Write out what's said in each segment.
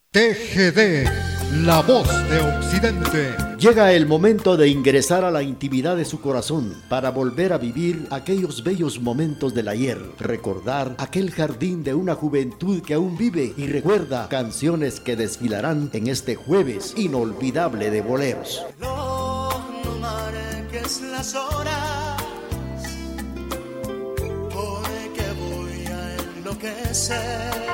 TGD, la voz de Occidente. Llega el momento de ingresar a la intimidad de su corazón para volver a vivir aquellos bellos momentos del ayer, recordar aquel jardín de una juventud que aún vive y recuerda canciones que desfilarán en este jueves inolvidable de boleros. No marques las horas, porque voy a enloquecer.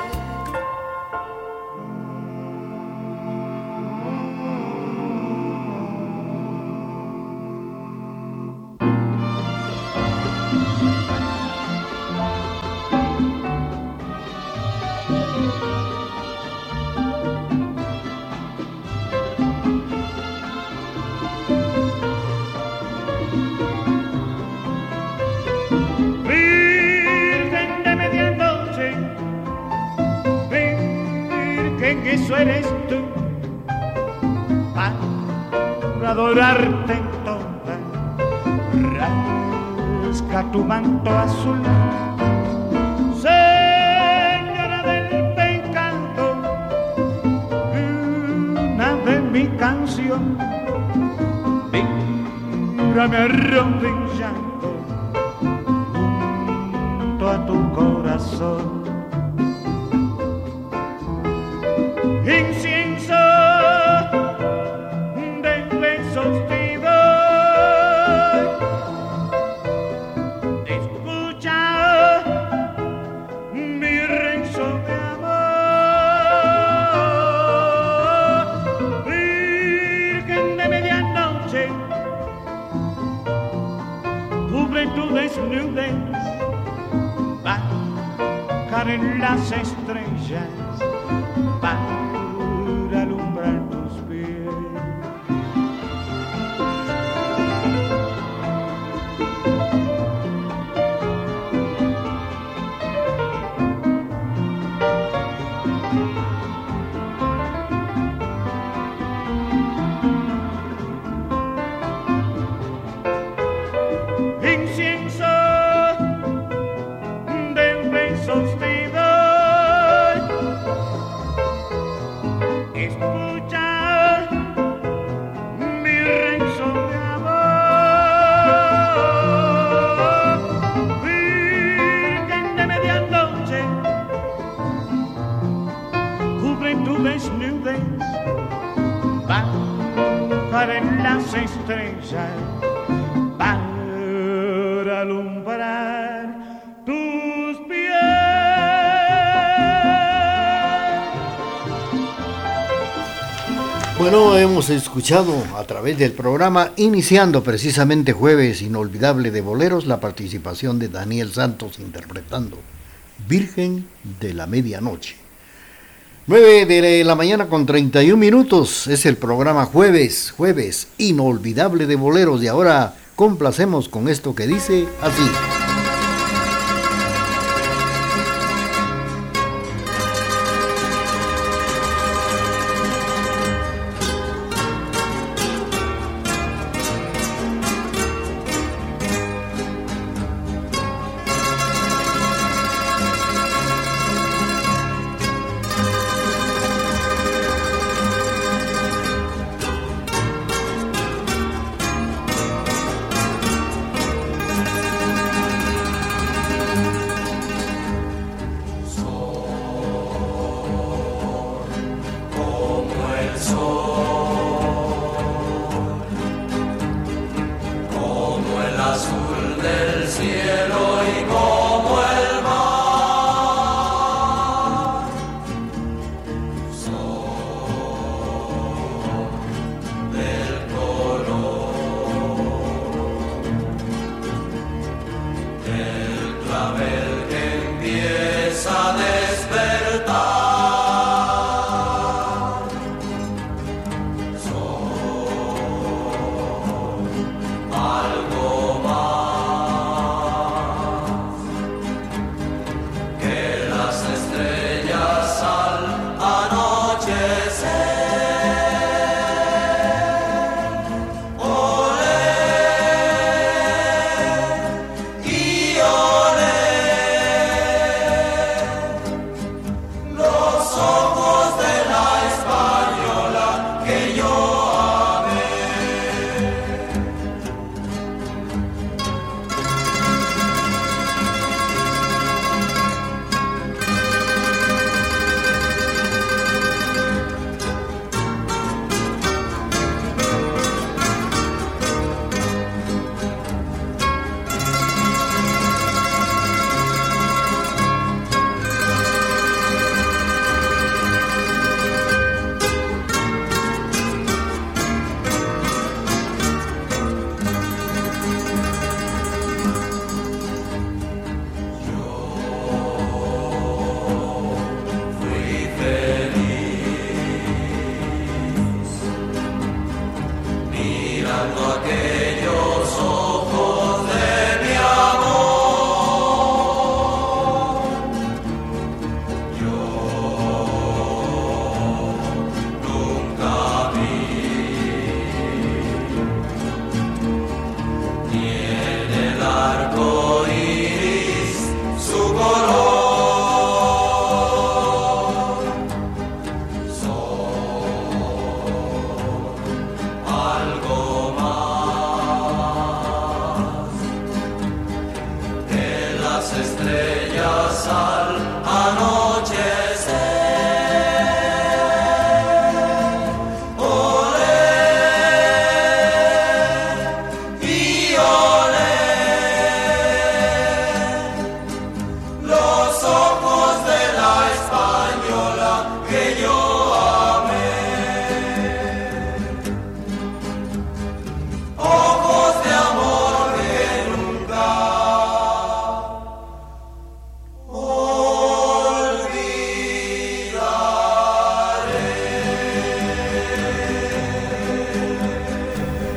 Eso eres tú, para adorarte en toda, rasca tu manto azul, señora del pecado, una de mi canción, mírame arrodillando junto a tu corazón. Incienso de besos te doy, escucha mi rezo de amor, Virgen de medianoche, cubre tu desnudez, bajar en las estrellas, para alumbrar tus pies. Incienso de besos te doy, escucha mi rezo de amor, Virgen de medianoche, cubre tu desnudez, bajar en las estrellas para alumbrar tus pies. Bueno, hemos escuchado a través del programa, iniciando precisamente Jueves Inolvidable de Boleros, la participación de Daniel Santos interpretando Virgen de la Medianoche. 9 de la mañana con 31 minutos, es el programa Jueves Inolvidable de Boleros, y ahora complacemos con esto que dice así.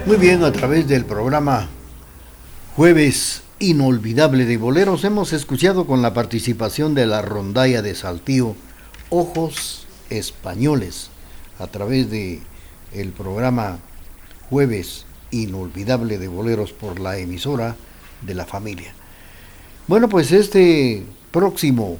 Muy bien, a través del programa Jueves Inolvidable de Boleros hemos escuchado con la participación de la rondalla de Saltillo Ojos Españoles a través de el programa Jueves Inolvidable de Boleros por la emisora de la familia. Bueno, pues este próximo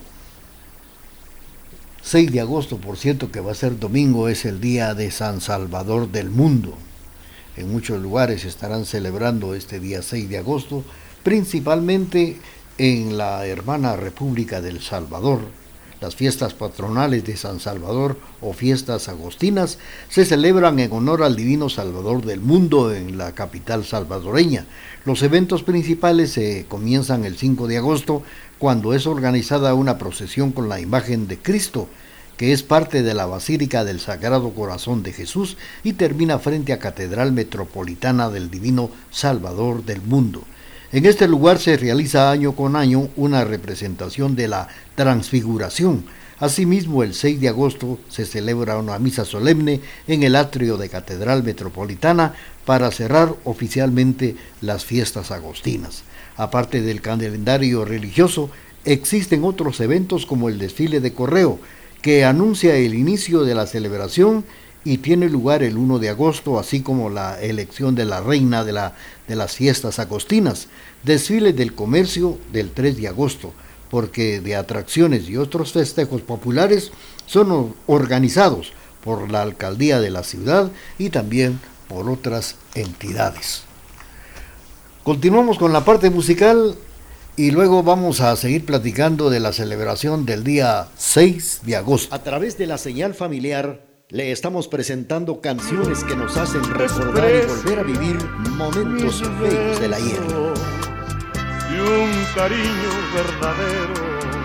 6 de agosto, por cierto, que va a ser domingo, es el día de San Salvador del Mundo. En muchos lugares estarán celebrando este día 6 de agosto, principalmente en la hermana República del Salvador. Las fiestas patronales de San Salvador o fiestas agostinas se celebran en honor al Divino Salvador del Mundo en la capital salvadoreña. Los eventos principales comienzan el 5 de agosto, cuando es organizada una procesión con la imagen de Cristo, que es parte de la Basílica del Sagrado Corazón de Jesús, y termina frente a Catedral Metropolitana del Divino Salvador del Mundo. En este lugar se realiza año con año una representación de la Transfiguración. Asimismo, el 6 de agosto se celebra una misa solemne en el atrio de Catedral Metropolitana para cerrar oficialmente las fiestas agostinas. Aparte del calendario religioso, existen otros eventos como el desfile de correo, que anuncia el inicio de la celebración y tiene lugar el 1 de agosto, así como la elección de la reina de las fiestas agostinas. Desfile del comercio del 3 de agosto, porque de atracciones y otros festejos populares son organizados por la alcaldía de la ciudad y también por otras entidades. Continuamos con la parte musical y luego vamos a seguir platicando de la celebración del día 6 de agosto. A través de la señal familiar le estamos presentando canciones que nos hacen recordar y volver a vivir momentos bellos del ayer. Y un cariño verdadero,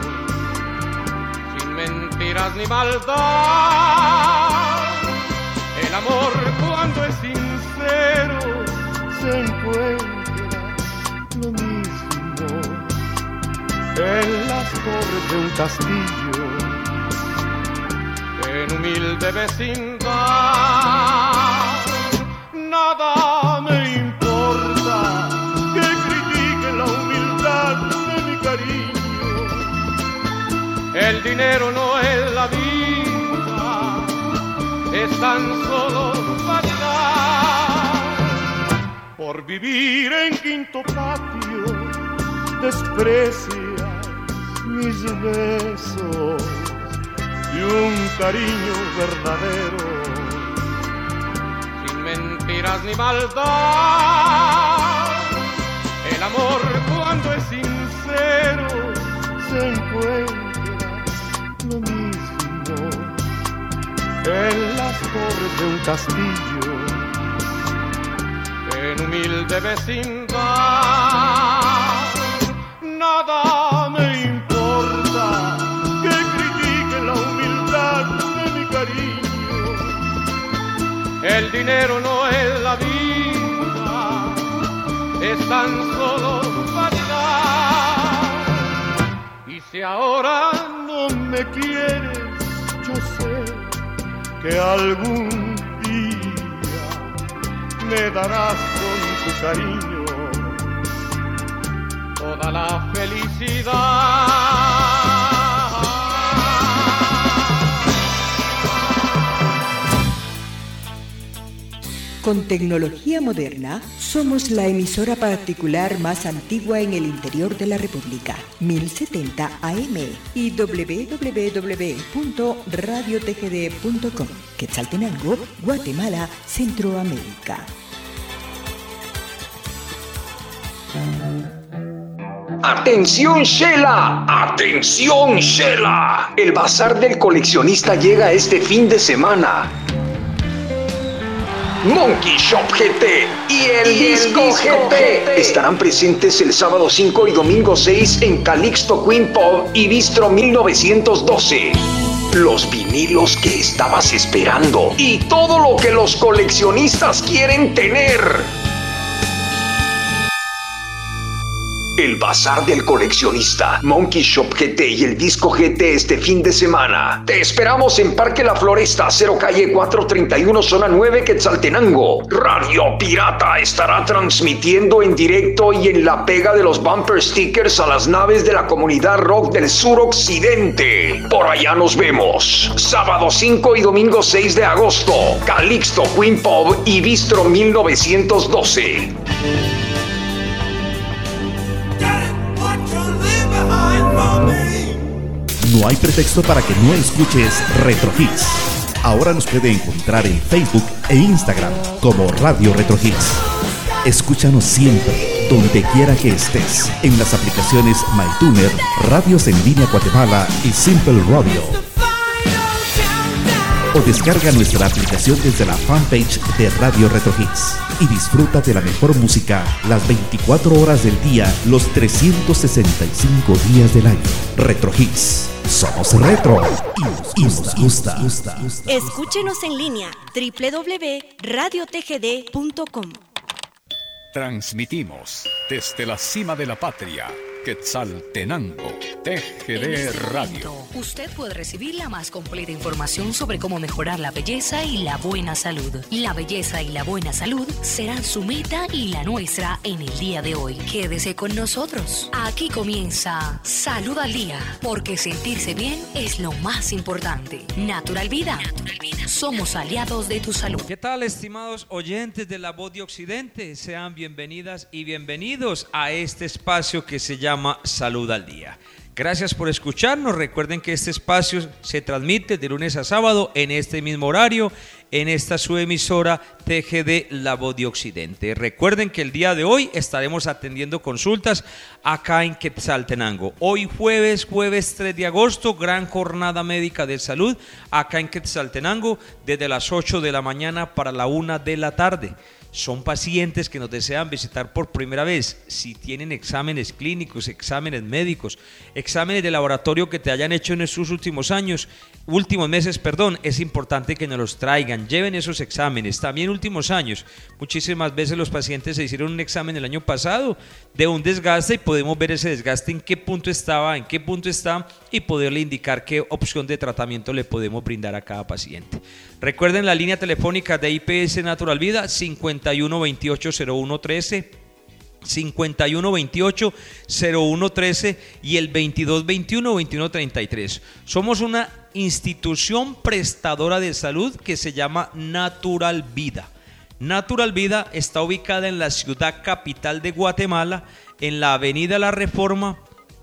sin mentiras ni maldad. El amor, cuando es sincero, se encuentra lo mismo en las torres de un castillo, en humilde vecindad. Nada me importa que critiquen la humildad de mi cariño. El dinero no es la vida, es tan solo vanidad. Por vivir en quinto patio desprecia mis besos y un cariño verdadero, sin mentiras ni maldad. El amor, cuando es sincero, se encuentra lo mismo en las torres de un castillo, en humilde vecindad. Nada me importa que critiquen la humildad de mi cariño. El dinero no es la vida, es tan solo vanidad. Y si ahora no me quieres, yo sé que algún día me darás con tu cariño toda la felicidad. Con tecnología moderna, somos la emisora particular más antigua en el interior de la República, 1070 AM y www.radiotgd.com, Quetzaltenango, Guatemala, Centroamérica. ¡Atención, Shela! ¡Atención, Shela! El bazar del coleccionista llega este fin de semana. Monkey Shop GT y el Disco GT estarán presentes el sábado 5 y domingo 6 en Calixto Queen Pub y Bistro 1912. Los vinilos que estabas esperando y todo lo que los coleccionistas quieren tener. El Bazar del Coleccionista, Monkey Shop GT y el Disco GT este fin de semana. Te esperamos en Parque La Floresta, 0 calle 431, zona 9, Quetzaltenango. Radio Pirata estará transmitiendo en directo y en la pega de los bumper stickers a las naves de la comunidad rock del suroccidente. Por allá nos vemos. Sábado 5 y domingo 6 de agosto, Calixto Queen Pub y Bistro 1912. No hay pretexto para que no escuches Retro Hits. Ahora nos puede encontrar en Facebook e Instagram como Radio Retro Hits. Escúchanos siempre, donde quiera que estés, en las aplicaciones MyTuner, Radios en Línea Guatemala y Simple Radio. O descarga nuestra aplicación desde la fanpage de Radio Retro Hits y disfruta de la mejor música las 24 horas del día, los 365 días del año. Retro Hits. Somos retro y nos gusta. Escúchenos en línea www.radiotgd.com. Transmitimos desde la cima de la patria, Quetzaltenango, TGD Radio. Usted puede recibir la más completa información sobre cómo mejorar la belleza y la buena salud. La belleza y la buena salud serán su meta y la nuestra en el día de hoy. Quédese con nosotros. Aquí comienza Salud al Día, porque sentirse bien es lo más importante. Natural Vida. Somos aliados de tu salud. ¿Qué tal, estimados oyentes de La Voz de Occidente? Sean bienvenidas y bienvenidos a este espacio que se llama Salud al Día. Gracias por escucharnos. Recuerden que este espacio se transmite de lunes a sábado en este mismo horario, en esta su emisora TGD La Voz de Occidente. Recuerden que el día de hoy estaremos atendiendo consultas acá en Quetzaltenango. Hoy jueves 3 de agosto, gran jornada médica de salud acá en Quetzaltenango, desde las 8 de la mañana para la 1 de la tarde. Son pacientes que nos desean visitar por primera vez. Si tienen exámenes clínicos, exámenes médicos, exámenes de laboratorio que te hayan hecho en estos últimos meses, es importante que nos los traigan. Lleven esos exámenes. También últimos años. Muchísimas veces los pacientes se hicieron un examen el año pasado de un desgaste y podemos ver ese desgaste en qué punto estaba, en qué punto está y poderle indicar qué opción de tratamiento le podemos brindar a cada paciente. Recuerden la línea telefónica de IPS Natural Vida 5128-0113, 5128-0113 y el 2221-2133. Somos una institución prestadora de salud que se llama Natural Vida. Natural Vida está ubicada en la ciudad capital de Guatemala, en la avenida La Reforma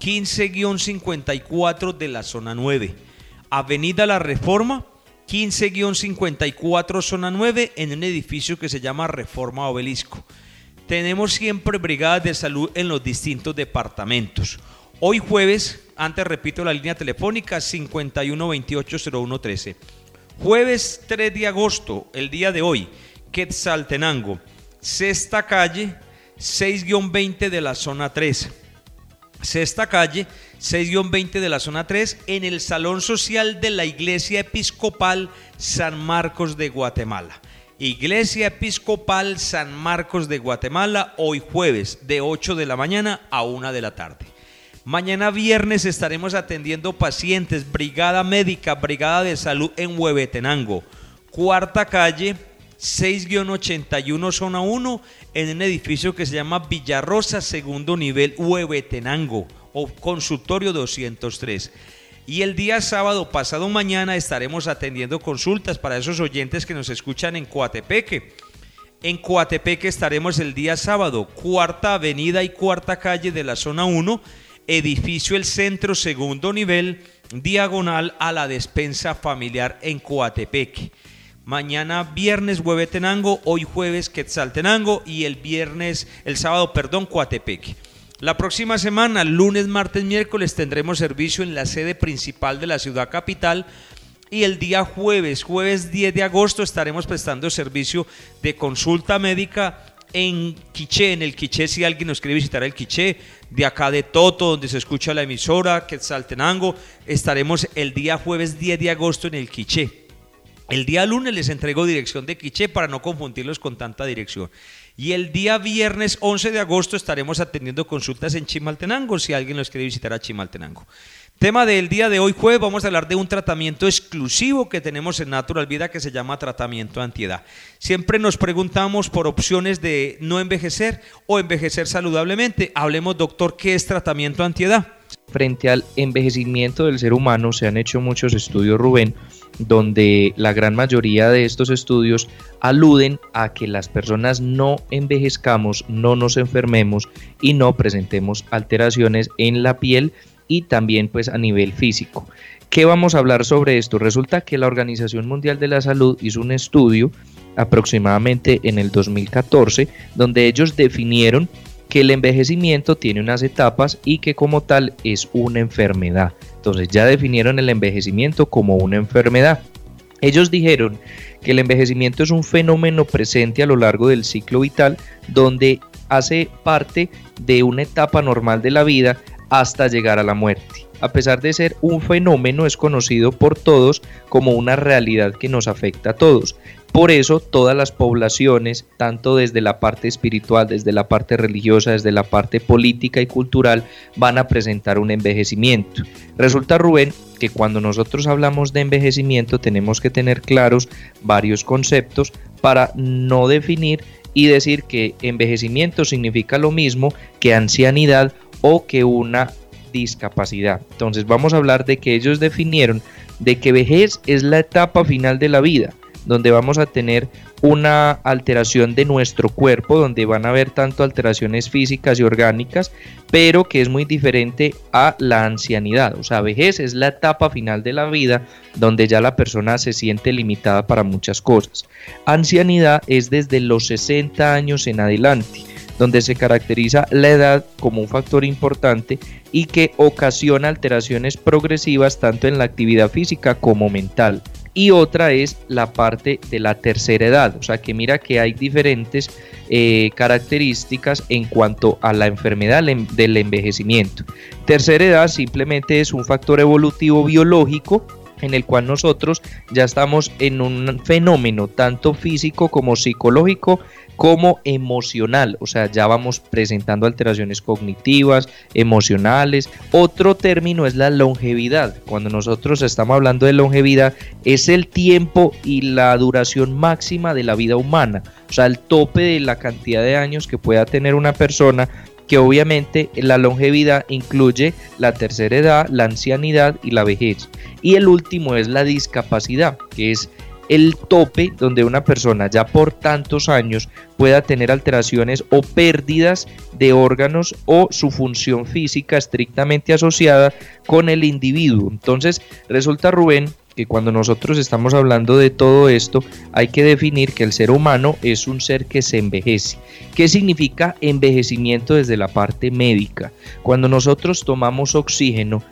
15-54 de la zona 9. Avenida La Reforma 15-54 zona 9, en un edificio que se llama Reforma Obelisco. Tenemos siempre brigadas de salud en los distintos departamentos. Hoy jueves, antes repito la línea telefónica 5128-0113. Jueves 3 de agosto, el día de hoy, Quetzaltenango, sexta calle, 6-20 de la zona 3. Sexta calle, 6-20 de la zona 3, en el Salón Social de la Iglesia Episcopal San Marcos de Guatemala. Iglesia Episcopal San Marcos de Guatemala, hoy jueves, de 8 de la mañana a 1 de la tarde. Mañana viernes estaremos atendiendo pacientes, brigada médica, brigada de salud en Huehuetenango. Cuarta calle, 6-81 zona 1, en un edificio que se llama Villarrosa, segundo nivel, Huehuetenango, o consultorio 203. Y el día sábado, pasado mañana, estaremos atendiendo consultas para esos oyentes que nos escuchan en Coatepeque. En Coatepeque estaremos el día sábado, cuarta avenida y cuarta calle de la zona 1, edificio El Centro, segundo nivel, diagonal a la despensa familiar en Coatepeque. Mañana viernes Huehuetenango, hoy jueves Quetzaltenango y el sábado, Coatepeque. La próxima semana, lunes, martes, miércoles, tendremos servicio en la sede principal de la ciudad capital y el día jueves 10 de agosto, estaremos prestando servicio de consulta médica en Quiché, en el Quiché, si alguien nos quiere visitar el Quiché, de acá de Toto, donde se escucha la emisora, Quetzaltenango, estaremos el día jueves 10 de agosto en el Quiché. El día lunes les entrego dirección de Quiché para no confundirlos con tanta dirección. Y el día viernes 11 de agosto estaremos atendiendo consultas en Chimaltenango, si alguien los quiere visitar a Chimaltenango. Tema del día de hoy jueves, vamos a hablar de un tratamiento exclusivo que tenemos en Natural Vida que se llama tratamiento antiedad. Siempre nos preguntamos por opciones de no envejecer o envejecer saludablemente. Hablemos, doctor, ¿qué es tratamiento antiedad? Frente al envejecimiento del ser humano se han hecho muchos estudios, Rubén, donde la gran mayoría de estos estudios aluden a que las personas no envejezcamos, no nos enfermemos y no presentemos alteraciones en la piel y también pues a nivel físico. ¿Qué vamos a hablar sobre esto? Resulta que la Organización Mundial de la Salud hizo un estudio aproximadamente en el 2014 donde ellos definieron que el envejecimiento tiene unas etapas y que como tal es una enfermedad. Entonces ya definieron el envejecimiento como una enfermedad. Ellos dijeron que el envejecimiento es un fenómeno presente a lo largo del ciclo vital donde hace parte de una etapa normal de la vida hasta llegar a la muerte. A pesar de ser un fenómeno, es conocido por todos como una realidad que nos afecta a todos. Por eso todas las poblaciones, tanto desde la parte espiritual, desde la parte religiosa, desde la parte política y cultural, van a presentar un envejecimiento. Resulta, Rubén, que cuando nosotros hablamos de envejecimiento tenemos que tener claros varios conceptos para no definir y decir que envejecimiento significa lo mismo que ancianidad o que una discapacidad. Entonces vamos a hablar de que ellos definieron de que vejez es la etapa final de la vida, donde vamos a tener una alteración de nuestro cuerpo, donde van a haber tanto alteraciones físicas y orgánicas, pero que es muy diferente a la ancianidad. O sea, vejez es la etapa final de la vida, donde ya la persona se siente limitada para muchas cosas. Ancianidad es desde los 60 años en adelante, donde se caracteriza la edad como un factor importante y que ocasiona alteraciones progresivas tanto en la actividad física como mental. Y otra es la parte de la tercera edad, o sea que mira que hay diferentes características en cuanto a la enfermedad del envejecimiento. Tercera edad simplemente es un factor evolutivo biológico en el cual nosotros ya estamos en un fenómeno tanto físico como psicológico como emocional, o sea, ya vamos presentando alteraciones cognitivas, emocionales. Otro término es la longevidad. Cuando nosotros estamos hablando de longevidad, es el tiempo y la duración máxima de la vida humana, o sea, el tope de la cantidad de años que pueda tener una persona, que obviamente la longevidad incluye la tercera edad, la ancianidad y la vejez. Y el último es la discapacidad, que es el tope donde una persona ya por tantos años pueda tener alteraciones o pérdidas de órganos o su función física estrictamente asociada con el individuo. Entonces resulta, Rubén, que cuando nosotros estamos hablando de todo esto hay que definir que el ser humano es un ser que se envejece. ¿Qué significa envejecimiento desde la parte médica? Cuando nosotros tomamos oxígeno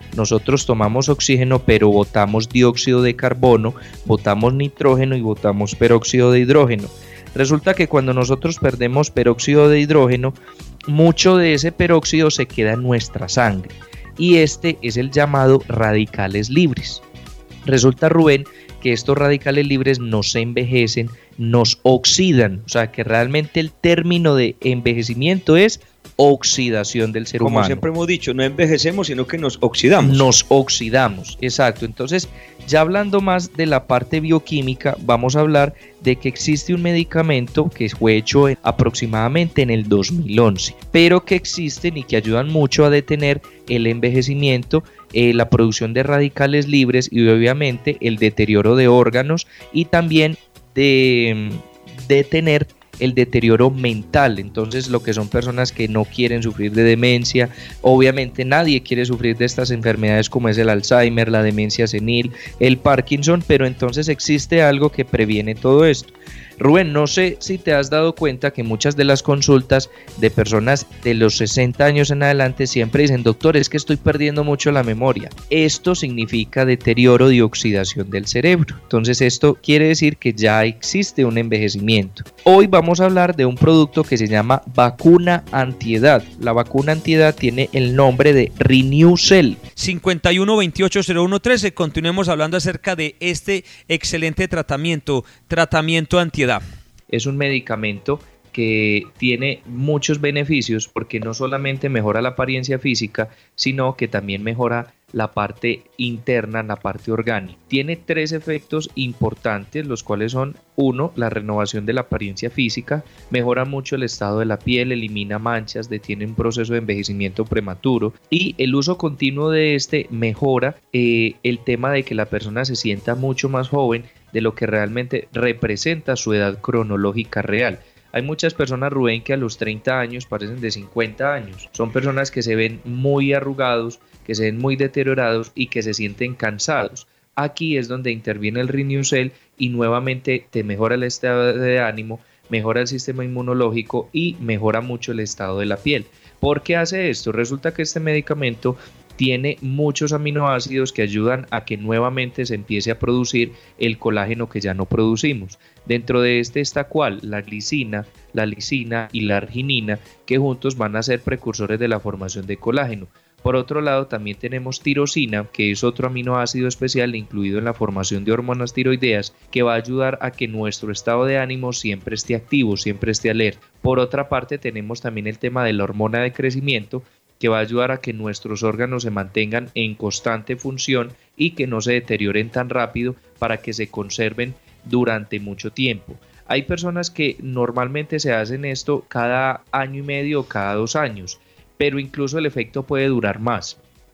pero botamos dióxido de carbono, botamos nitrógeno y botamos peróxido de hidrógeno. Resulta que cuando nosotros perdemos peróxido de hidrógeno, mucho de ese peróxido se queda en nuestra sangre y este es el llamado radicales libres. Resulta, Rubén, que estos radicales libres no se envejecen, nos oxidan, o sea que realmente el término de envejecimiento es oxidación del ser humano. Como siempre hemos dicho, no envejecemos, sino que nos oxidamos. Nos oxidamos, exacto. Entonces, ya hablando más de la parte bioquímica, vamos a hablar de que existe un medicamento que fue hecho aproximadamente en el 2011, pero que existen y que ayudan mucho a detener el envejecimiento, la producción de radicales libres y obviamente el deterioro de órganos y también de detener el deterioro mental. Entonces lo que son personas que no quieren sufrir de demencia, obviamente nadie quiere sufrir de estas enfermedades como es el Alzheimer, la demencia senil, el Parkinson, pero entonces existe algo que previene todo esto. Rubén, no sé si te has dado cuenta que muchas de las consultas de personas de los 60 años en adelante siempre dicen: doctor, es que estoy perdiendo mucho la memoria. Esto significa deterioro y oxidación del cerebro. Entonces esto quiere decir que ya existe un envejecimiento. Hoy vamos vamos a hablar de un producto que se llama vacuna antiedad. La vacuna antiedad tiene el nombre de Renewcell. 51280113. Continuemos hablando acerca de este excelente tratamiento antiedad. Es un medicamento que tiene muchos beneficios porque no solamente mejora la apariencia física, sino que también mejora la parte interna, la parte orgánica. Tiene 3 efectos importantes, los cuales son: 1, la renovación de la apariencia física, mejora mucho el estado de la piel, elimina manchas, detiene un proceso de envejecimiento prematuro, y el uso continuo de este mejora el tema de que la persona se sienta mucho más joven de lo que realmente representa su edad cronológica real. Hay muchas personas, Rubén, que a los 30 años parecen de 50 años. Son personas que se ven muy arrugados, que se ven muy deteriorados y que se sienten cansados. Aquí es donde interviene el Renewcell y nuevamente te mejora el estado de ánimo, mejora el sistema inmunológico y mejora mucho el estado de la piel. ¿Por qué hace esto? Resulta que este medicamento tiene muchos aminoácidos que ayudan a que nuevamente se empiece a producir el colágeno que ya no producimos. Dentro de este está la glicina, la lisina y la arginina, que juntos van a ser precursores de la formación de colágeno. Por otro lado, también tenemos tirosina, que es otro aminoácido especial incluido en la formación de hormonas tiroideas, que va a ayudar a que nuestro estado de ánimo siempre esté activo, siempre esté alerta. Por otra parte, tenemos también el tema de la hormona de crecimiento, que va a ayudar a que nuestros órganos se mantengan en constante función y que no se deterioren tan rápido para que se conserven durante mucho tiempo. Hay personas que normalmente se hacen esto cada año y medio o cada 2 años, pero incluso el efecto puede durar más.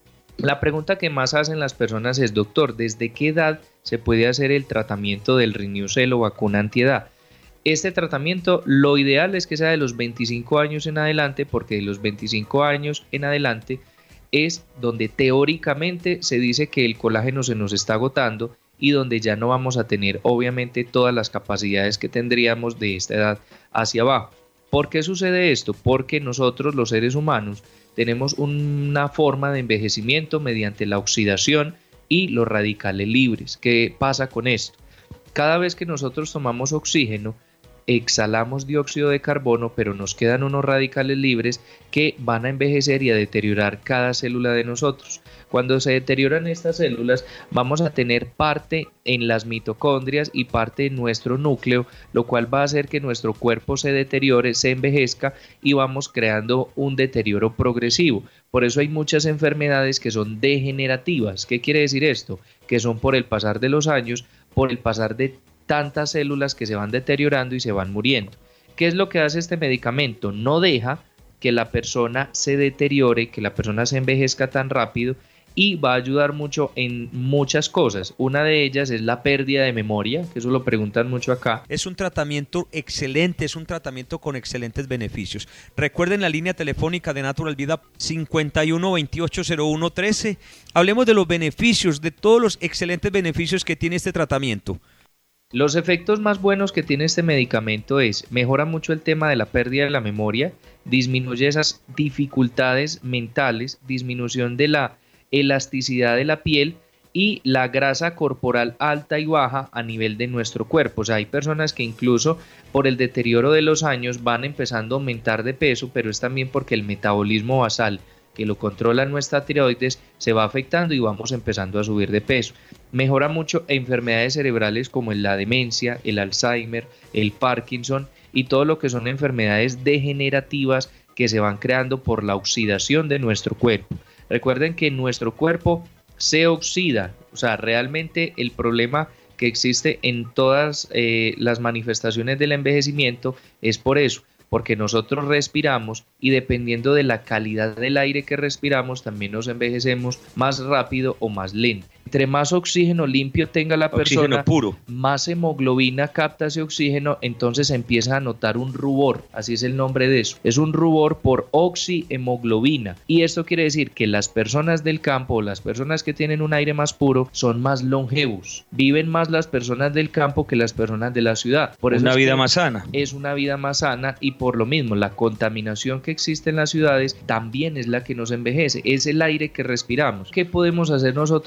La pregunta que más hacen las personas es: doctor, ¿desde qué edad se puede hacer el tratamiento del Renewcell o vacuna antiedad? Este tratamiento, lo ideal es que sea de los 25 años en adelante, porque de los 25 años en adelante es donde teóricamente se dice que el colágeno se nos está agotando y donde ya no vamos a tener obviamente todas las capacidades que tendríamos de esta edad hacia abajo. ¿Por qué sucede esto? Porque nosotros, los seres humanos, tenemos una forma de envejecimiento mediante la oxidación y los radicales libres. ¿Qué pasa con esto? Cada vez que nosotros tomamos oxígeno, exhalamos dióxido de carbono, pero nos quedan unos radicales libres que van a envejecer y a deteriorar cada célula de nosotros. Cuando se deterioran estas células, vamos a tener parte en las mitocondrias y parte en nuestro núcleo, lo cual va a hacer que nuestro cuerpo se deteriore, se envejezca y vamos creando un deterioro progresivo. Por eso hay muchas enfermedades que son degenerativas. ¿Qué quiere decir esto? Que son por el pasar de los años, por el pasar de tantas células que se van deteriorando y se van muriendo. ¿Qué es lo que hace este medicamento? No deja que la persona se deteriore, que la persona se envejezca tan rápido, y va a ayudar mucho en muchas cosas. Una de ellas es la pérdida de memoria, que eso lo preguntan mucho acá. Es un tratamiento excelente, es un tratamiento con excelentes beneficios. Recuerden la línea telefónica de Natural Vida 51280113. Hablemos de los beneficios, de todos los excelentes beneficios que tiene este tratamiento. Los efectos más buenos que tiene este medicamento es: mejora mucho el tema de la pérdida de la memoria, disminuye esas dificultades mentales, disminución de la elasticidad de la piel y la grasa corporal alta y baja a nivel de nuestro cuerpo. O sea, hay personas que incluso por el deterioro de los años van empezando a aumentar de peso, pero es también porque el metabolismo basal, que lo controla nuestra tiroides, se va afectando y vamos empezando a subir de peso. Mejora mucho enfermedades cerebrales como la demencia, el Alzheimer, el Parkinson y todo lo que son enfermedades degenerativas que se van creando por la oxidación de nuestro cuerpo. Recuerden que nuestro cuerpo se oxida, o sea, realmente el problema que existe en todas las manifestaciones del envejecimiento es por eso, porque nosotros respiramos y dependiendo de la calidad del aire que respiramos también nos envejecemos más rápido o más lento. Entre más oxígeno limpio tenga la persona, puro, más hemoglobina capta ese oxígeno, entonces empieza a notar un rubor, así es el nombre de eso, es un rubor por oxihemoglobina, y esto quiere decir que las personas del campo, las personas que tienen un aire más puro, son más longevos, viven más las personas del campo que las personas de la ciudad. Por eso una vida más sana. Es una vida más sana y por lo mismo la contaminación que existe en las ciudades también es la que nos envejece, es el aire que respiramos. ¿Qué podemos hacer nosotros para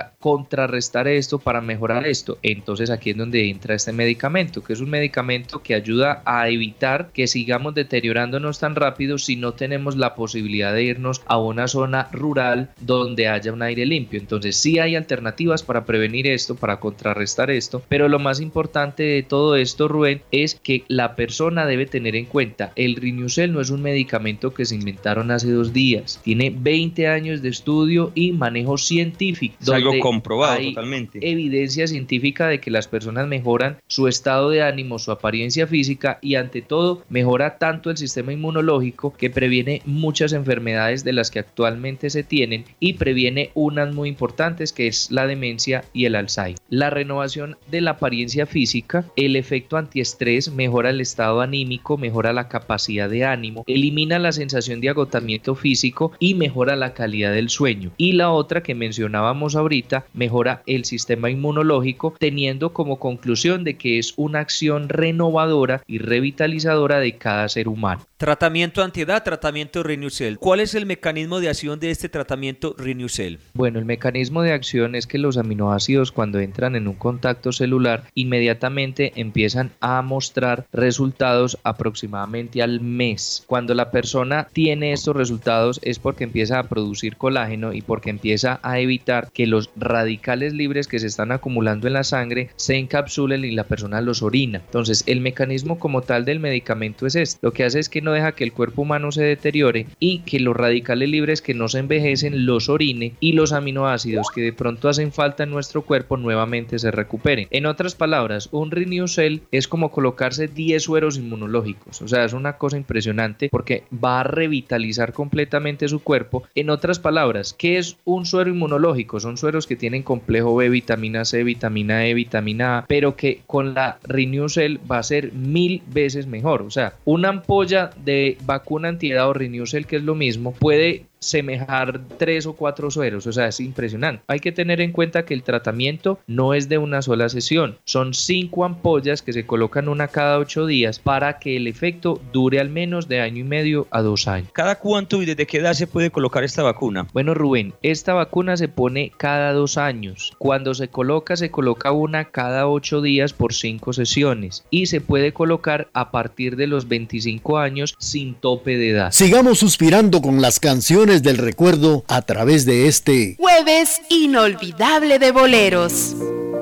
para contrarrestar esto, para mejorar esto. Entonces aquí es donde entra este medicamento, que es un medicamento que ayuda a evitar que sigamos deteriorándonos tan rápido si no tenemos la posibilidad de irnos a una zona rural donde haya un aire limpio. Entonces sí hay alternativas para prevenir esto, para contrarrestar esto, pero lo más importante de todo esto, Rubén, es que la persona debe tener en cuenta, el Rineucel no es un medicamento que se inventaron hace 2 días, tiene 20 años de estudio y manejo científico. Es algo comprobado hay totalmente. Evidencia científica de que las personas mejoran su estado de ánimo, su apariencia física y ante todo mejora tanto el sistema inmunológico que previene muchas enfermedades de las que actualmente se tienen y previene unas muy importantes que es la demencia y el Alzheimer. La renovación de la apariencia física, el efecto antiestrés mejora el estado anímico, mejora la capacidad de ánimo, elimina la sensación de agotamiento físico y mejora la calidad del sueño. Y la otra que mencionábamos ahorita, mejora el sistema inmunológico, teniendo como conclusión de que es una acción renovadora y revitalizadora de cada ser humano. Tratamiento antiedad, tratamiento Rineucel. ¿Cuál es el mecanismo de acción de este tratamiento Rineucel? Bueno, el mecanismo de acción es que los aminoácidos cuando entran en un contacto celular inmediatamente empiezan a mostrar resultados aproximadamente al mes. Cuando la persona tiene estos resultados es porque empieza a producir colágeno y porque empieza a evitar que los radicales libres que se están acumulando en la sangre se encapsulen y la persona los orina. Entonces el mecanismo como tal del medicamento es este. Lo que hace es que no deja que el cuerpo humano se deteriore y que los radicales libres que no se envejecen los orine y los aminoácidos que de pronto hacen falta en nuestro cuerpo nuevamente se recuperen. En otras palabras, un Rineucel es como colocarse 10 sueros inmunológicos, o sea, es una cosa impresionante porque va a revitalizar completamente su cuerpo. En otras palabras, ¿qué es un suero inmunológico? Son sueros que tienen complejo B, vitamina C, vitamina E, vitamina A, pero que con la Rineucel va a ser 1000 veces mejor. O sea, una ampolla de vacuna antiedad o Rineucel, que es lo mismo, puede semejar 3 o 4 sueros, o sea, es impresionante. Hay que tener en cuenta que el tratamiento no es de una sola sesión, son 5 ampollas que se colocan una cada 8 días para que el efecto dure al menos de 1,5 años a 2 años. ¿Cada cuánto y desde qué edad se puede colocar esta vacuna? Bueno, Rubén, esta vacuna se pone cada 2 años. Cuando se coloca una cada 8 días por 5 sesiones y se puede colocar a partir de los 25 años sin tope de edad. Sigamos suspirando con las canciones del recuerdo a través de este Jueves Inolvidable de Boleros.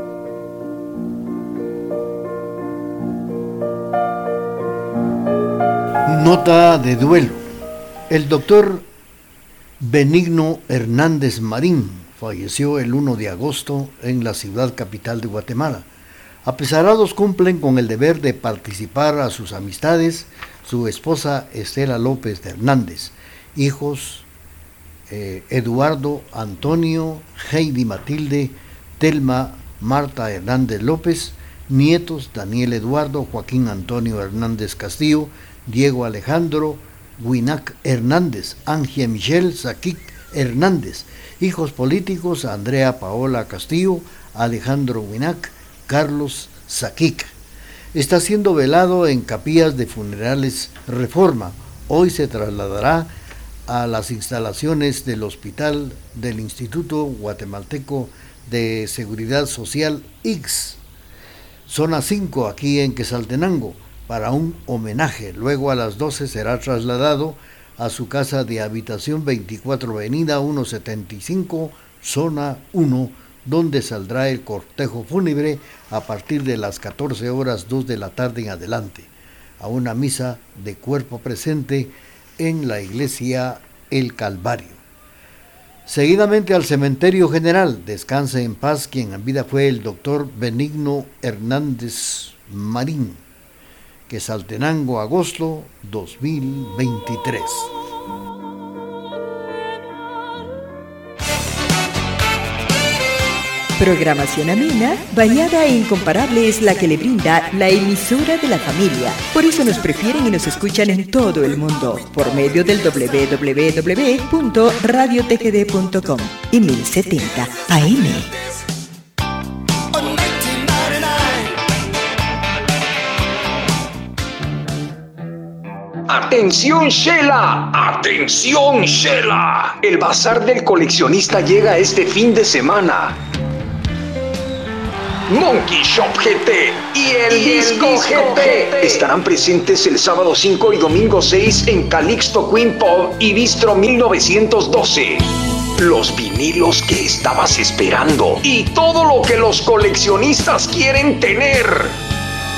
Nota de duelo. El doctor Benigno Hernández Marín falleció el 1 de agosto en la ciudad capital de Guatemala. Apesarados cumplen con el deber de participar a sus amistades su esposa Estela López de Hernández, hijos Eduardo Antonio, Heidi Matilde, Telma Marta Hernández López, nietos Daniel Eduardo, Joaquín Antonio Hernández Castillo, Diego Alejandro Winac Hernández, Angia Michelle Saquic Hernández, hijos políticos Andrea Paola Castillo, Alejandro Winac, Carlos Saquic. Está siendo velado en Capillas de Funerales Reforma. Hoy se trasladará a las instalaciones del Hospital del Instituto Guatemalteco de Seguridad Social IX, zona 5, aquí en Quetzaltenango, para un homenaje. Luego a las 12 será trasladado a su casa de habitación 24 Avenida 175, zona 1, donde saldrá el cortejo fúnebre a partir de las 14 horas 2 de la tarde en adelante, a una misa de cuerpo presente en la iglesia El Calvario. Seguidamente al cementerio general, descanse en paz quien en vida fue el doctor Benigno Hernández Marín. Quetzaltenango, agosto 2023. Programación amena, bañada e incomparable es la que le brinda la emisora de la familia. Por eso nos prefieren y nos escuchan en todo el mundo, por medio del www.radiotgd.com y 1070 AM. ¡Atención, Shela! ¡Atención, Shela! El bazar del coleccionista llega este fin de semana. Monkey Shop GT y el Disco GT estarán presentes el sábado 5 y domingo 6 en Calixto Queen Pub y Bistro 1912. Los vinilos que estabas esperando y todo lo que los coleccionistas quieren tener.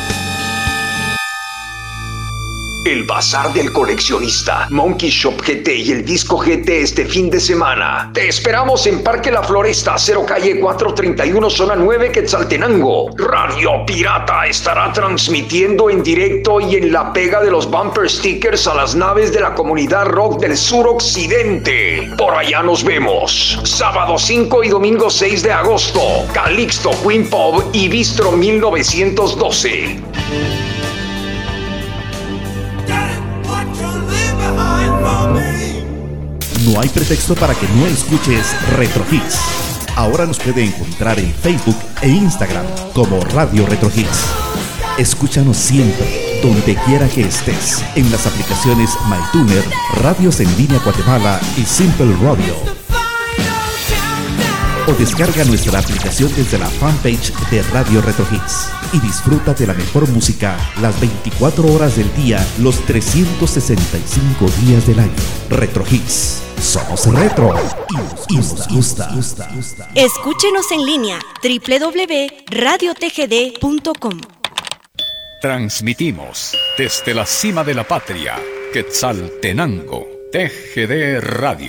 El bazar del coleccionista, Monkey Shop GT y el Disco GT este fin de semana. Te esperamos en Parque La Floresta, 0 calle 431, zona 9, Quetzaltenango. Radio Pirata estará transmitiendo en directo y en la pega de los bumper stickers a las naves de la comunidad rock del suroccidente. Por allá nos vemos. Sábado 5 y domingo 6 de agosto, Calixto Queen Pub y Bistro 1912. No hay pretexto para que no escuches Retro Hits. Ahora nos puede encontrar en Facebook e Instagram como Radio Retro Hits. Escúchanos siempre, donde quiera que estés, en las aplicaciones MyTuner, Radios en Línea Guatemala y Simple Radio. O descarga nuestra aplicación desde la fanpage de Radio Retro Hits y disfruta de la mejor música las 24 horas del día, los 365 días del año. Retro Hits. Somos retro y nos gusta. Escúchenos en línea www.radiotgd.com. Transmitimos desde la cima de la patria, Quetzaltenango, TGD Radio.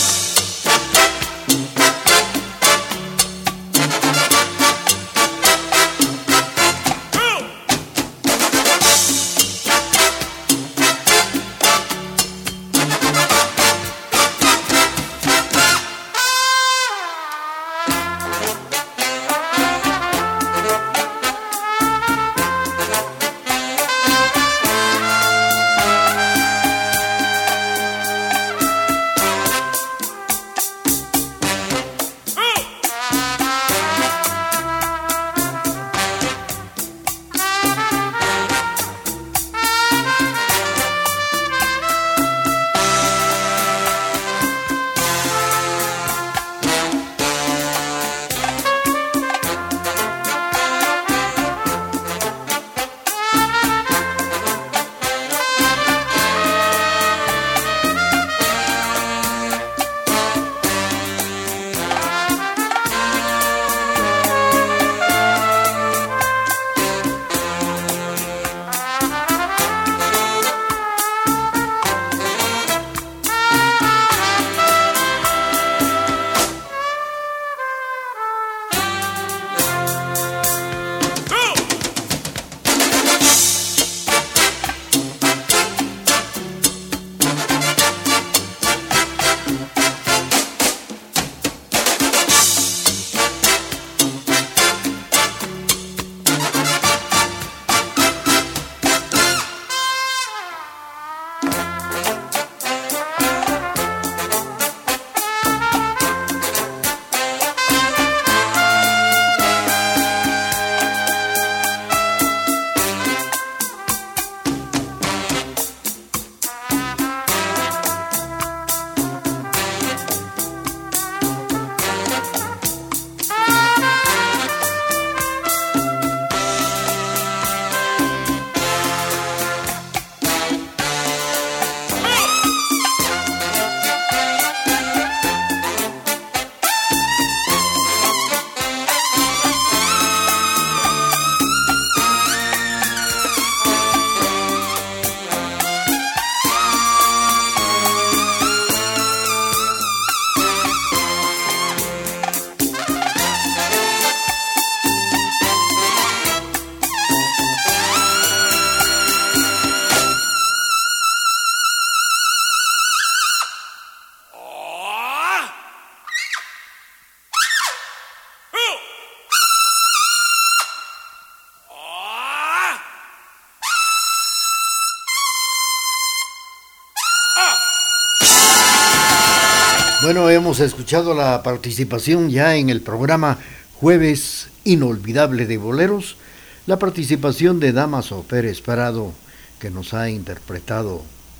Bueno, hemos escuchado la participación ya en el programa Jueves Inolvidable de Boleros, la participación de Damaso Pérez Parado, que nos ha interpretado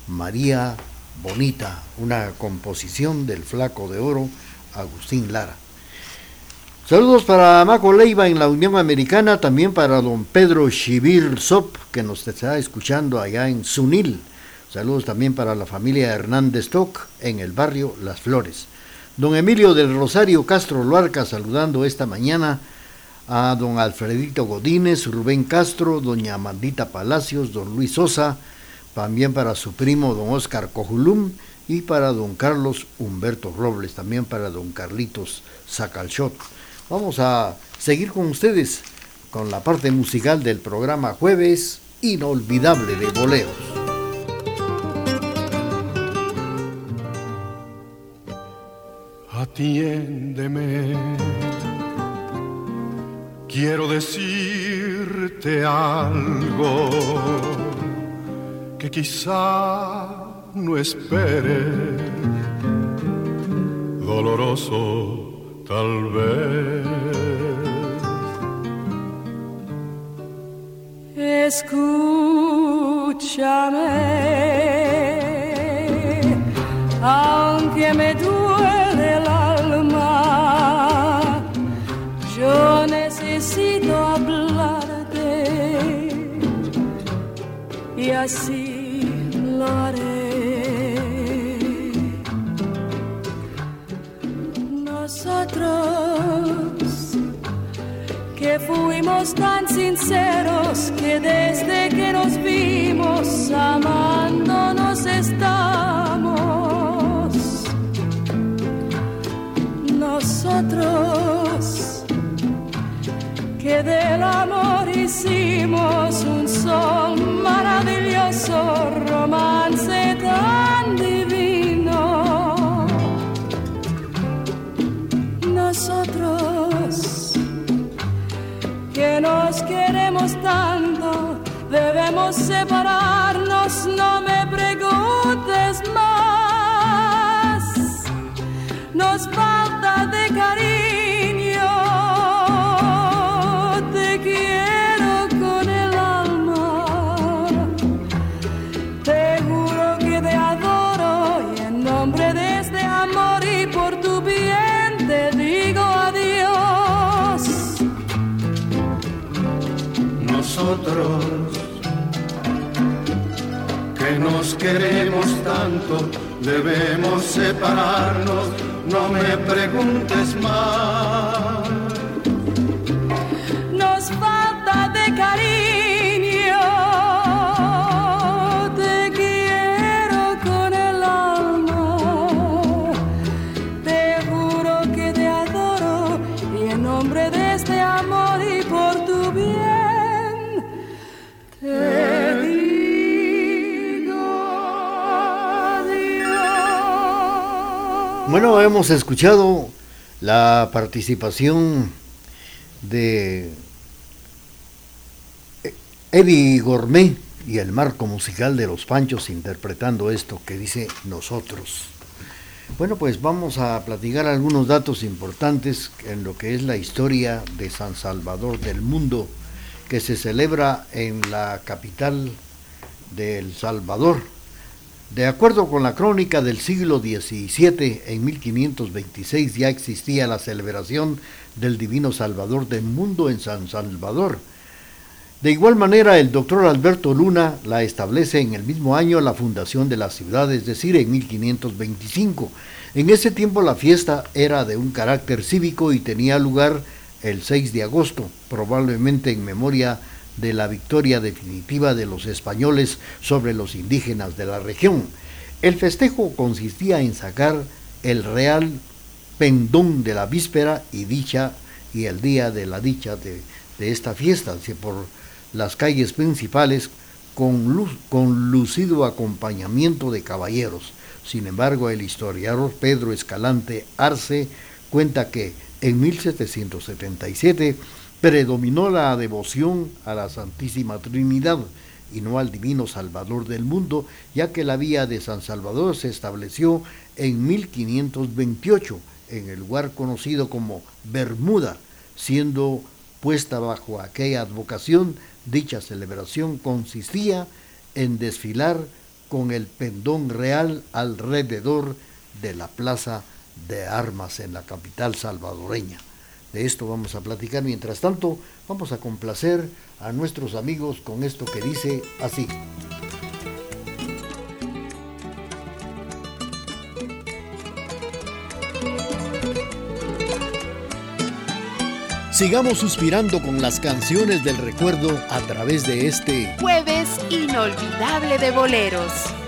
María Bonita, una composición del Flaco de Oro, Agustín Lara. Saludos para Maco Leiva en la Unión Americana, también para don Pedro Chivir Sop, que nos está escuchando allá en Sunil. Saludos también para la familia Hernández Toc en el barrio Las Flores. Don Emilio del Rosario Castro Luarca saludando esta mañana a don Alfredito Godínez, Rubén Castro, doña Amandita Palacios, don Luis Sosa, también para su primo don Oscar Cojulum y para don Carlos Humberto Robles, también para don Carlitos Sacalchot. Vamos a seguir con ustedes con la parte musical del programa Jueves Inolvidable de Boleros. Atiéndeme, quiero decirte algo que quizá no esperes, doloroso tal vez. Escúchame, aunque me duele el alma, yo necesito hablarte y así lo haré. Nosotros que fuimos tan sinceros que desde que nos vimos amándonos estamos. Nosotros que del amor hicimos un son maravilloso, romance tan divino. Nosotros que nos queremos tanto, debemos separarnos, no me preguntes más. Nos falta de cariño, te quiero con el alma, te juro que te adoro y en nombre de este amor y por tu bien te digo adiós. Nosotros que nos queremos tanto, debemos separarnos, no me preguntes más. Nos falta de cariño, te quiero con el alma, te juro que te adoro y en nombre de este amor y por tu bien te digo adiós. Bueno, hemos escuchado la participación de Eddie Gourmet y el marco musical de Los Panchos interpretando esto que dice Nosotros. Bueno, pues vamos a platicar algunos datos importantes en lo que es la historia de San Salvador del Mundo, que se celebra en la capital de El Salvador. De acuerdo con la crónica del siglo XVII, en 1526 ya existía la celebración del Divino Salvador del Mundo en San Salvador. De igual manera, el doctor Alberto Luna la establece en el mismo año la fundación de la ciudad, es decir, en 1525. En ese tiempo la fiesta era de un carácter cívico y tenía lugar el 6 de agosto, probablemente en memoria de la victoria definitiva de los españoles sobre los indígenas de la región. El festejo consistía en sacar el real pendón de la víspera y el día de la dicha de esta fiesta, por las calles principales con lucido acompañamiento de caballeros. Sin embargo, el historiador Pedro Escalante Arce cuenta que en 1777 predominó la devoción a la Santísima Trinidad y no al Divino Salvador del Mundo, ya que la vía de San Salvador se estableció en 1528 en el lugar conocido como Bermuda, siendo puesta bajo aquella advocación. Dicha celebración consistía en desfilar con el pendón real alrededor de la Plaza de Armas en la capital salvadoreña. De esto vamos a platicar. Mientras tanto, vamos a complacer a nuestros amigos con esto que dice así. Sigamos suspirando con las canciones del recuerdo a través de este Jueves Inolvidable de Boleros.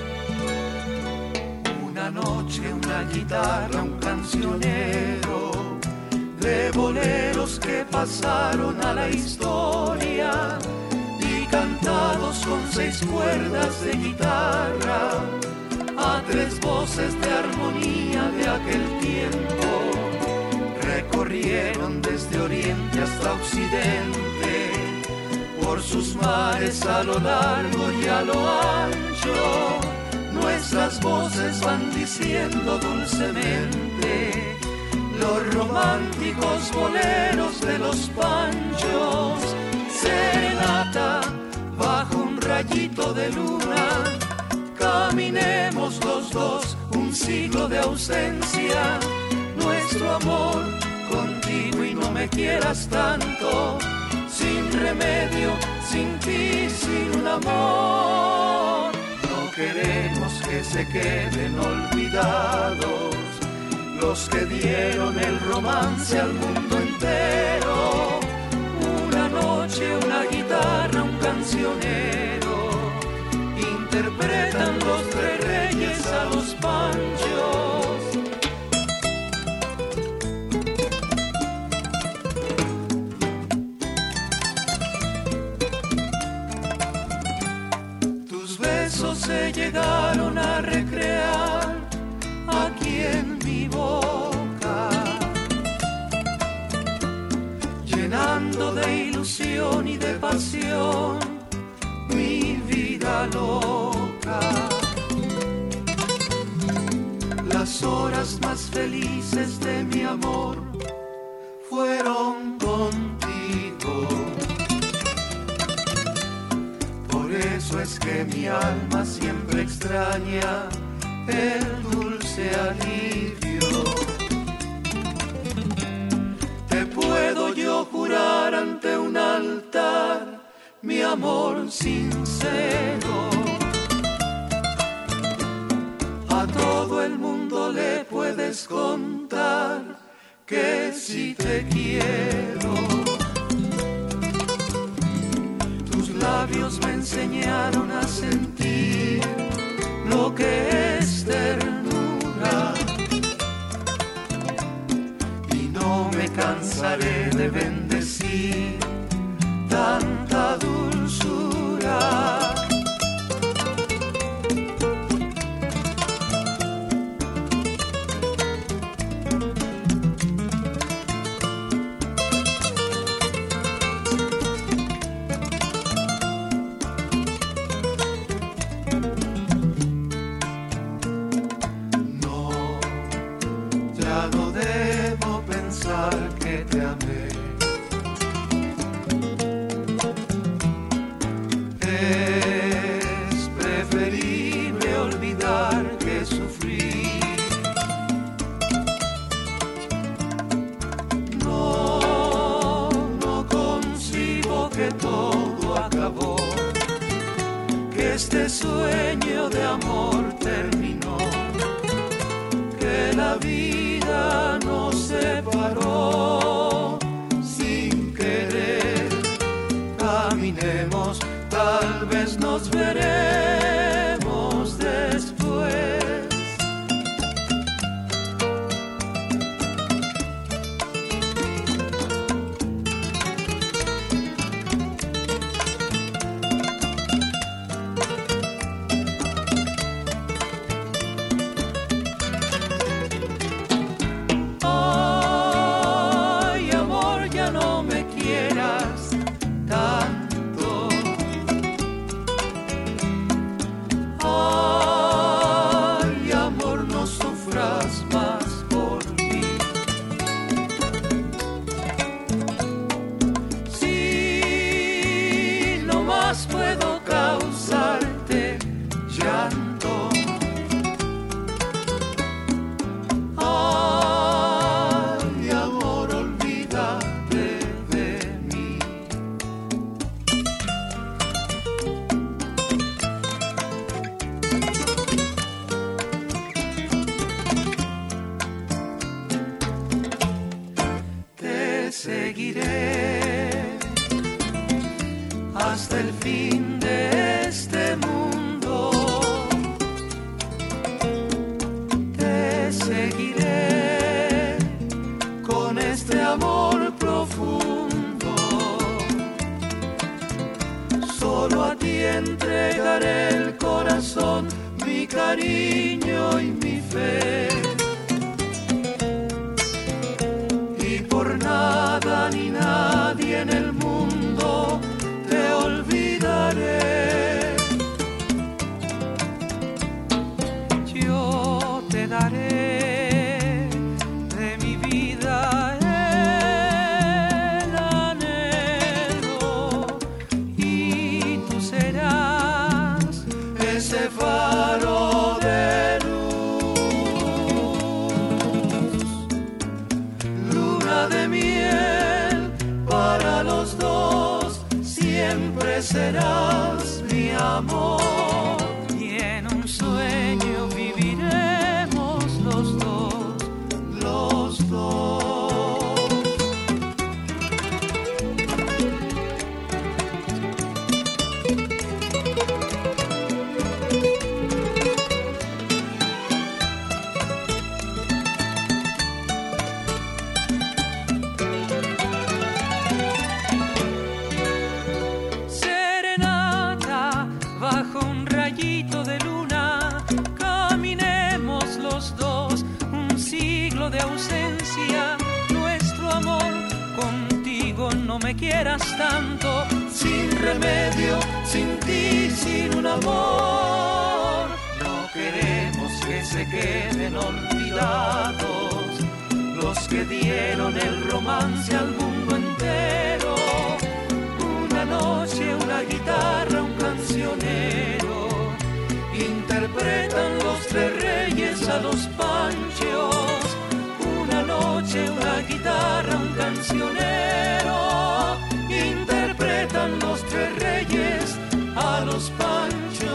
Una noche, una guitarra, un cancionero de boleros que pasaron a la historia y cantados con 6 cuerdas de guitarra a 3 voces de armonía de aquel tiempo. Recorrieron desde oriente hasta occidente, por sus mares a lo largo y a lo ancho. Nuestras voces van diciendo dulcemente los románticos boleros de los panchos. Serenata bajo un rayito de luna, caminemos los dos un siglo de ausencia. Nuestro amor contigo y no me quieras tanto, sin remedio, sin ti, sin un amor. No queremos que se queden olvidados los que dieron el romance al mundo entero. Una noche, una guitarra, un cancionero interpretan los 3 reyes a los panchos. Se llegaron a recrear aquí en mi boca, llenando de ilusión y de pasión mi vida loca. Las horas más felices de mi amor fueron contigo. Por eso es que mi alma siempre extraña el dulce alivio. Te puedo yo jurar ante un altar mi amor sincero. A todo el mundo le puedes contar que si te quiero. Labios me enseñaron a sentir lo que es ternura y no me cansaré de bendecir tanta dulzura. Que te amé, es preferible olvidar que sufrir. No concibo que todo acabó, que este sueño de amor terminó, que la vida nos separó sin querer. Caminemos, tal vez nos veremos después. entregaré el corazón, mi cariño y mi fe. Y por nada ni nadie en el mundo te olvidaré. Yo te daré de mi vida el anhelo y tú serás ese faro de luz, luna de miel para los dos, siempre serás mi amor. Y en un sueño viviremos los dos, los dos. Serenata bajo un rayito de luna, caminemos los dos un siglo de ausencia. Nuestro amor, contigo no me quieras tanto, sin remedio, sin ti, sin un amor. No queremos que se queden olvidados los que dieron el romance al mundo entero. Una noche, una guitarra, un cancionero, interpretan los tres reyes a los panchos. Una noche, una guitarra, un cancionero, interpretan los tres reyes a los panchos.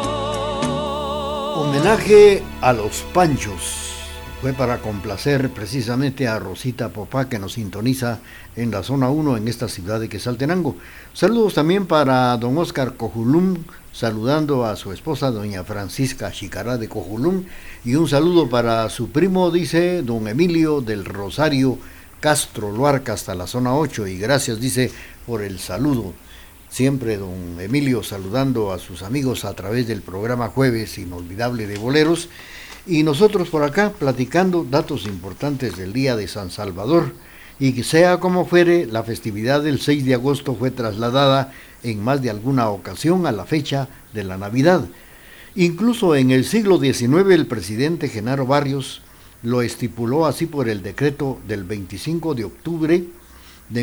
Homenaje a los Panchos. Fue para complacer precisamente a Rosita Popá, que nos sintoniza en la zona 1 en esta ciudad de Quetzaltenango. Saludos también para don Oscar Cojulum, saludando a su esposa doña Francisca Chicará de Cojulum, y un saludo para su primo, dice don Emilio del Rosario Castro Luarca, hasta la zona 8, y gracias, dice, por el saludo. Siempre don Emilio saludando a sus amigos a través del programa Jueves Inolvidable de Boleros. Y nosotros por acá platicando datos importantes del día de San Salvador. Y que sea como fuere, la festividad del 6 de agosto fue trasladada en más de alguna ocasión a la fecha de la Navidad. Incluso en el siglo XIX el presidente Genaro Barrios lo estipuló así por el decreto del 25 de octubre de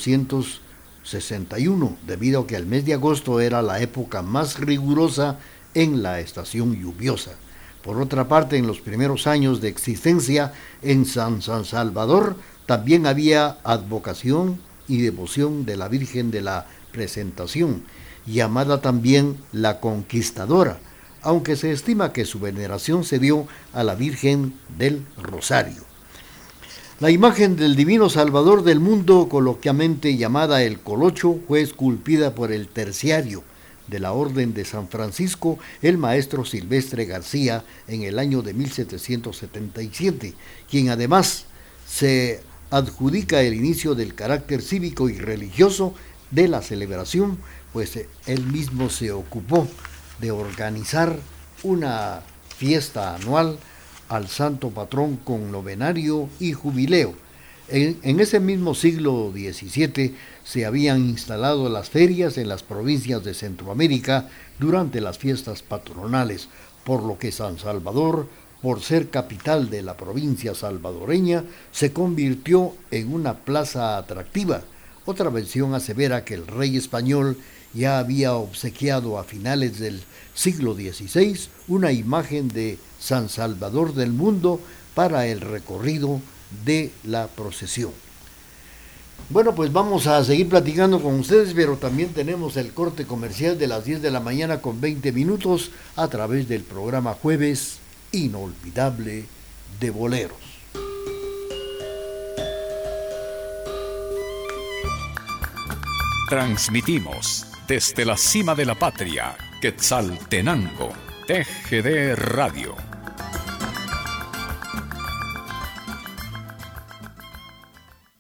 1861, debido a que el mes de agosto era la época más rigurosa en la estación lluviosa. Por otra parte, en los primeros años de existencia en San Salvador también había advocación y devoción de la Virgen de la Presentación, llamada también la Conquistadora, aunque se estima que su veneración se dio a la Virgen del Rosario. La imagen del Divino Salvador del mundo, coloquialmente llamada el Colocho, fue esculpida por el terciario de la Orden de San Francisco, el maestro Silvestre García, en el año de 1777, quien además se adjudica el inicio del carácter cívico y religioso de la celebración, pues él mismo se ocupó de organizar una fiesta anual al santo patrón con novenario y jubileo. En ese mismo siglo XVII se habían instalado las ferias en las provincias de Centroamérica durante las fiestas patronales, por lo que San Salvador, por ser capital de la provincia salvadoreña, se convirtió en una plaza atractiva. Otra versión asevera que el rey español ya había obsequiado a finales del siglo XVI una imagen de San Salvador del mundo para el recorrido de la procesión. Bueno, pues vamos a seguir platicando con ustedes, pero también tenemos el corte comercial de las 10 de la mañana con 20 minutos a través del programa Jueves Inolvidable de Boleros. Transmitimos desde la cima de la patria, Quetzaltenango, TGD Radio.